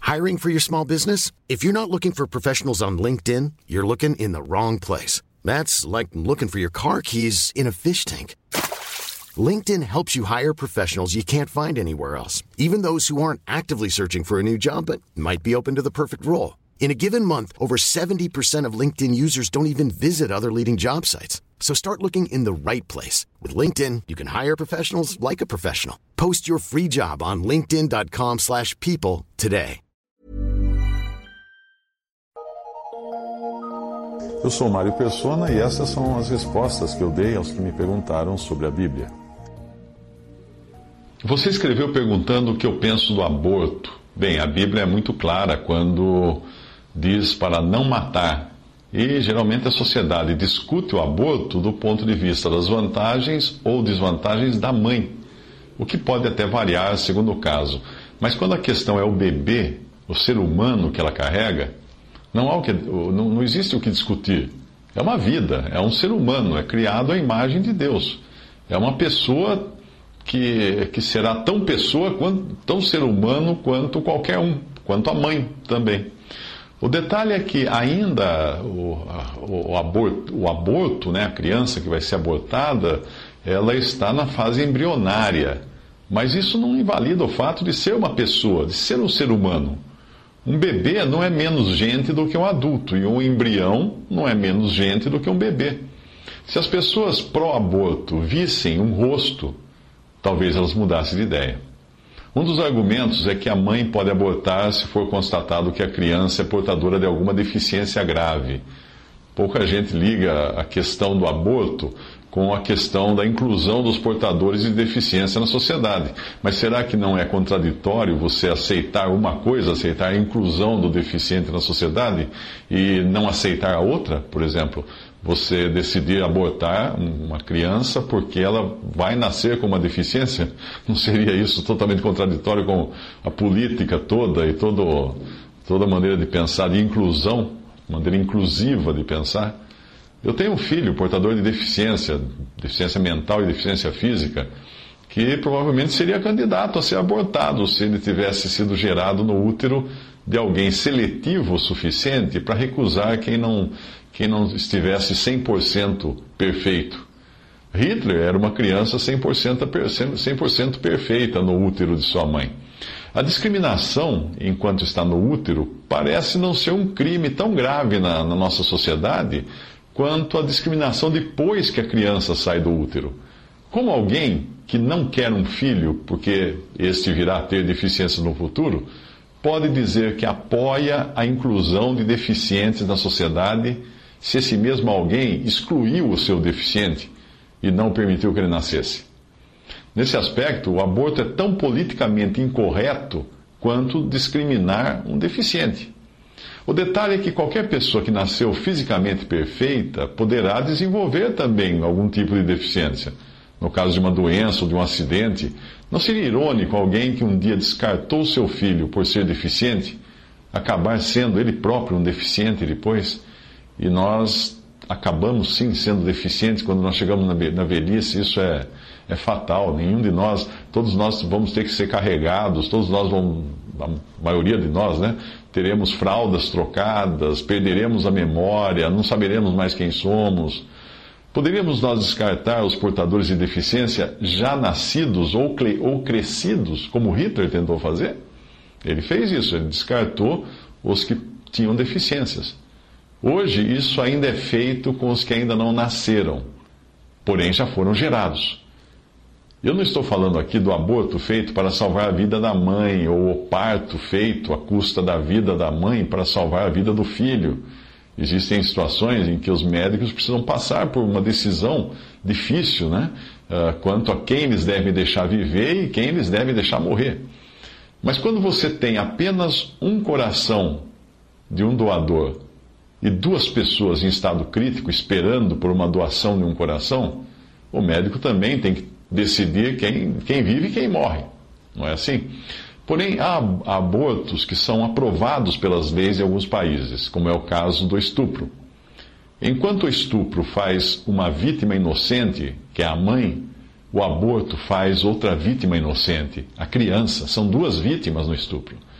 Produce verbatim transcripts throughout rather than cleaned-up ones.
Hiring for your small business? If you're not looking for professionals on LinkedIn, you're looking in the wrong place. That's like looking for your car keys in a fish tank. LinkedIn helps you hire professionals you can't find anywhere else, even those who aren't actively searching for a new job but might be open to the perfect role. In a given month, over seventy percent of LinkedIn users don't even visit other leading job sites. So start looking in the right place. With LinkedIn, you can hire professionals like a professional. Post your free job on linkedin dot com slash people today. Eu sou Mário Persona e essas são as respostas que eu dei aos que me perguntaram sobre a Bíblia. Você escreveu perguntando o que eu penso do aborto. Bem, a Bíblia é muito clara quando diz para não matar. E geralmente a sociedade discute o aborto do ponto de vista das vantagens ou desvantagens da mãe, o que pode até variar segundo o caso. Mas quando a questão é o bebê, o ser humano que ela carrega, não, há o que, não, não existe o que discutir. É uma vida, é um ser humano, é criado à imagem de Deus. É uma pessoa que, que será tão pessoa, quanto, tão ser humano quanto qualquer um, quanto a mãe também. O detalhe é que ainda o, o, o, aborto, o aborto, né, a criança que vai ser abortada, ela está na fase embrionária. Mas isso não invalida o fato de ser uma pessoa, de ser um ser humano. Um bebê não é menos gente do que um adulto, e um embrião não é menos gente do que um bebê. Se as pessoas pró-aborto vissem um rosto, talvez elas mudassem de ideia. Um dos argumentos é que a mãe pode abortar se for constatado que a criança é portadora de alguma deficiência grave. Pouca gente liga a questão do aborto com a questão da inclusão dos portadores de deficiência na sociedade. Mas será que não é contraditório você aceitar uma coisa, aceitar a inclusão do deficiente na sociedade e não aceitar a outra? Por exemplo, você decidir abortar uma criança porque ela vai nascer com uma deficiência? Não seria isso totalmente contraditório com a política toda e todo, toda a maneira de pensar de inclusão, maneira inclusiva de pensar? Eu tenho um filho portador de deficiência, deficiência mental e deficiência física, que provavelmente seria candidato a ser abortado se ele tivesse sido gerado no útero de alguém seletivo o suficiente para recusar quem não, quem não estivesse cem por cento perfeito. Hitler era uma criança cem por cento, cem por cento perfeita no útero de sua mãe. A discriminação, enquanto está no útero, parece não ser um crime tão grave na, na nossa sociedade quanto a discriminação depois que a criança sai do útero. Como alguém que não quer um filho porque este virá a ter deficiência no futuro, pode dizer que apoia a inclusão de deficientes na sociedade se esse mesmo alguém excluiu o seu deficiente e não permitiu que ele nascesse? Nesse aspecto, o aborto é tão politicamente incorreto quanto discriminar um deficiente. O detalhe é que qualquer pessoa que nasceu fisicamente perfeita poderá desenvolver também algum tipo de deficiência. No caso de uma doença ou de um acidente, não seria irônico alguém que um dia descartou seu filho por ser deficiente, acabar sendo ele próprio um deficiente depois? E nós acabamos sim sendo deficientes quando nós chegamos na velhice. Isso é, é fatal. Nenhum de nós, todos nós vamos ter que ser carregados, todos nós vamos, a maioria de nós, né? Teremos fraldas trocadas, perderemos a memória, não saberemos mais quem somos. Poderíamos nós descartar os portadores de deficiência já nascidos ou, ou crescidos, como Hitler tentou fazer? Ele fez isso, ele descartou os que tinham deficiências. Hoje, isso ainda é feito com os que ainda não nasceram, porém já foram gerados. Eu não estou falando aqui do aborto feito para salvar a vida da mãe, ou o parto feito à custa da vida da mãe para salvar a vida do filho. Existem situações em que os médicos precisam passar por uma decisão difícil, né? Uh, quanto a quem eles devem deixar viver e quem eles devem deixar morrer. Mas quando você tem apenas um coração de um doador e duas pessoas em estado crítico esperando por uma doação de um coração, o médico também tem que decidir quem, quem vive e quem morre. Não é assim? Porém, há abortos que são aprovados pelas leis de alguns países, como é o caso do estupro. Enquanto o estupro faz uma vítima inocente, que é a mãe, o aborto faz outra vítima inocente, a criança. São duas vítimas no estupro.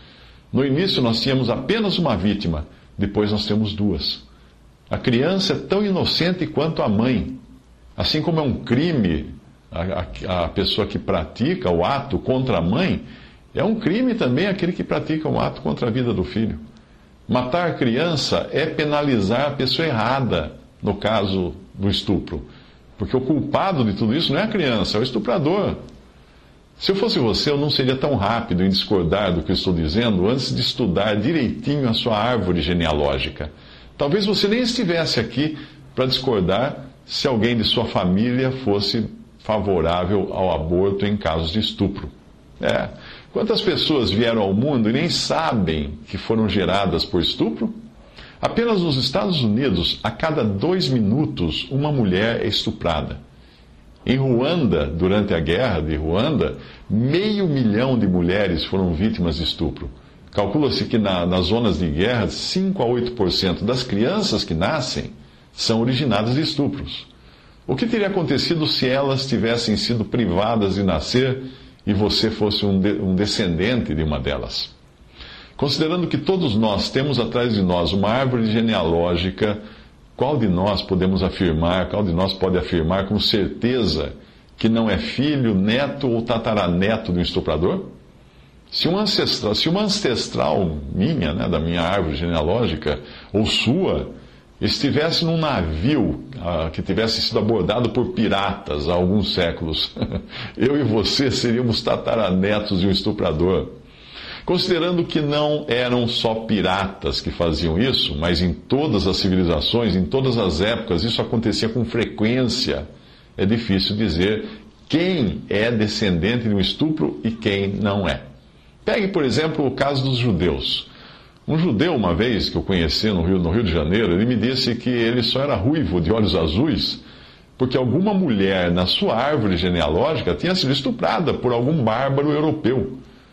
No início nós tínhamos apenas uma vítima, depois nós temos duas. A criança é tão inocente quanto a mãe. Assim como é um crime a, a, a pessoa que pratica o ato contra a mãe, é um crime também aquele que pratica um ato contra a vida do filho. Matar a criança é penalizar a pessoa errada, no caso do estupro. Porque o culpado de tudo isso não é a criança, é o estuprador. Se eu fosse você, eu não seria tão rápido em discordar do que eu estou dizendo antes de estudar direitinho a sua árvore genealógica. Talvez você nem estivesse aqui para discordar se alguém de sua família fosse favorável ao aborto em casos de estupro. É. Quantas pessoas vieram ao mundo e nem sabem que foram geradas por estupro? Apenas nos Estados Unidos, a cada dois minutos, uma mulher é estuprada. Em Ruanda, durante a guerra de Ruanda, meio milhão de mulheres foram vítimas de estupro. Calcula-se que na, nas zonas de guerra, cinco a oito por cento das crianças que nascem são originadas de estupros. O que teria acontecido se elas tivessem sido privadas de nascer e você fosse um, de, um descendente de uma delas? Considerando que todos nós temos atrás de nós uma árvore genealógica, qual de nós podemos afirmar, qual de nós pode afirmar com certeza que não é filho, neto ou tataraneto de um estuprador? Se uma ancestral, se uma ancestral minha, né, da minha árvore genealógica, ou sua, estivesse num navio ah, que tivesse sido abordado por piratas há alguns séculos, eu e você seríamos tataranetos de um estuprador. Considerando que não eram só piratas que faziam isso, mas em todas as civilizações, em todas as épocas, isso acontecia com frequência, é difícil dizer quem é descendente de um estupro e quem não é. Pegue, por exemplo, o caso dos judeus. Um judeu, uma vez que eu conheci no Rio, no Rio de Janeiro, ele me disse que ele só era ruivo, de olhos azuis, porque alguma mulher na sua árvore genealógica tinha sido estuprada por algum bárbaro europeu.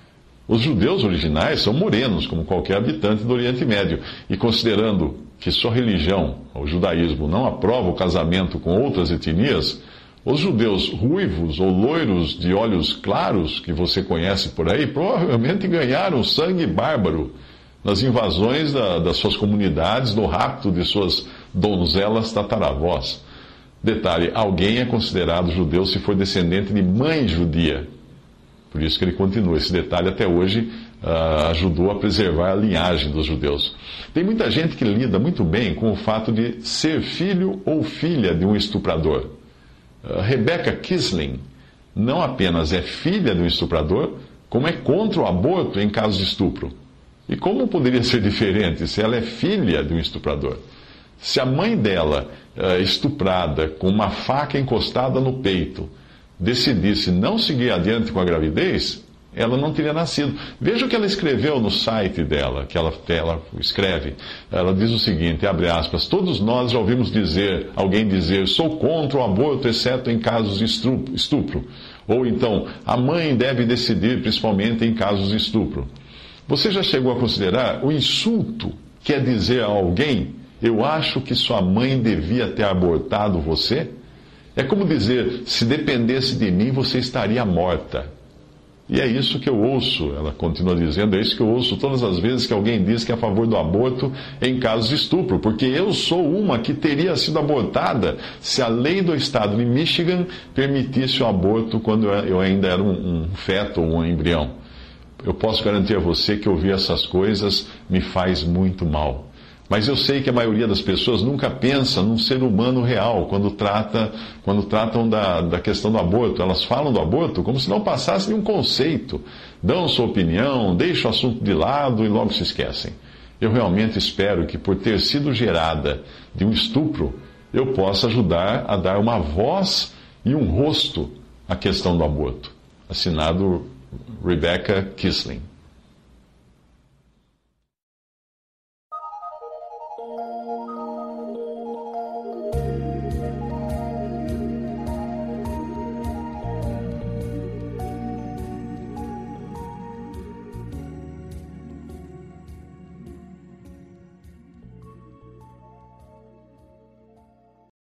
Os judeus originais são morenos, como qualquer habitante do Oriente Médio, e considerando que sua religião, o judaísmo, não aprova o casamento com outras etnias, os judeus ruivos ou loiros de olhos claros, que você conhece por aí, provavelmente ganharam sangue bárbaro nas invasões da, das suas comunidades, no rapto de suas donzelas tataravós. Detalhe, alguém é considerado judeu se for descendente de mãe judia. Por isso que ele continua. Esse detalhe até hoje uh, ajudou a preservar a linhagem dos judeus. Tem muita gente que lida muito bem com o fato de ser filho ou filha de um estuprador. Uh, Rebecca Kisling não apenas é filha de um estuprador, como é contra o aborto em caso de estupro. E como poderia ser diferente se ela é filha de um estuprador? Se a mãe dela, uh, estuprada, com uma faca encostada no peito, decidisse não seguir adiante com a gravidez, ela não teria nascido. Veja o que ela escreveu no site dela, que ela, ela escreve. Ela diz o seguinte, abre aspas, todos nós já ouvimos dizer, alguém dizer, sou contra o aborto, exceto em casos de estupro. Ou então, a mãe deve decidir, principalmente em casos de estupro. Você já chegou a considerar o insulto que é dizer a alguém, eu acho que sua mãe devia ter abortado você? É como dizer, se dependesse de mim, você estaria morta. E é isso que eu ouço, ela continua dizendo, é isso que eu ouço todas as vezes que alguém diz que é a favor do aborto em casos de estupro, porque eu sou uma que teria sido abortada se a lei do estado de Michigan permitisse o aborto quando eu ainda era um, um feto ou um embrião. Eu posso garantir a você que ouvir essas coisas me faz muito mal. Mas eu sei que a maioria das pessoas nunca pensa num ser humano real quando, trata, quando tratam da, da questão do aborto. Elas falam do aborto como se não passasse nenhum conceito. Dão sua opinião, deixam o assunto de lado e logo se esquecem. Eu realmente espero que, por ter sido gerada de um estupro, eu possa ajudar a dar uma voz e um rosto à questão do aborto. Assinado Rebecca Kisling.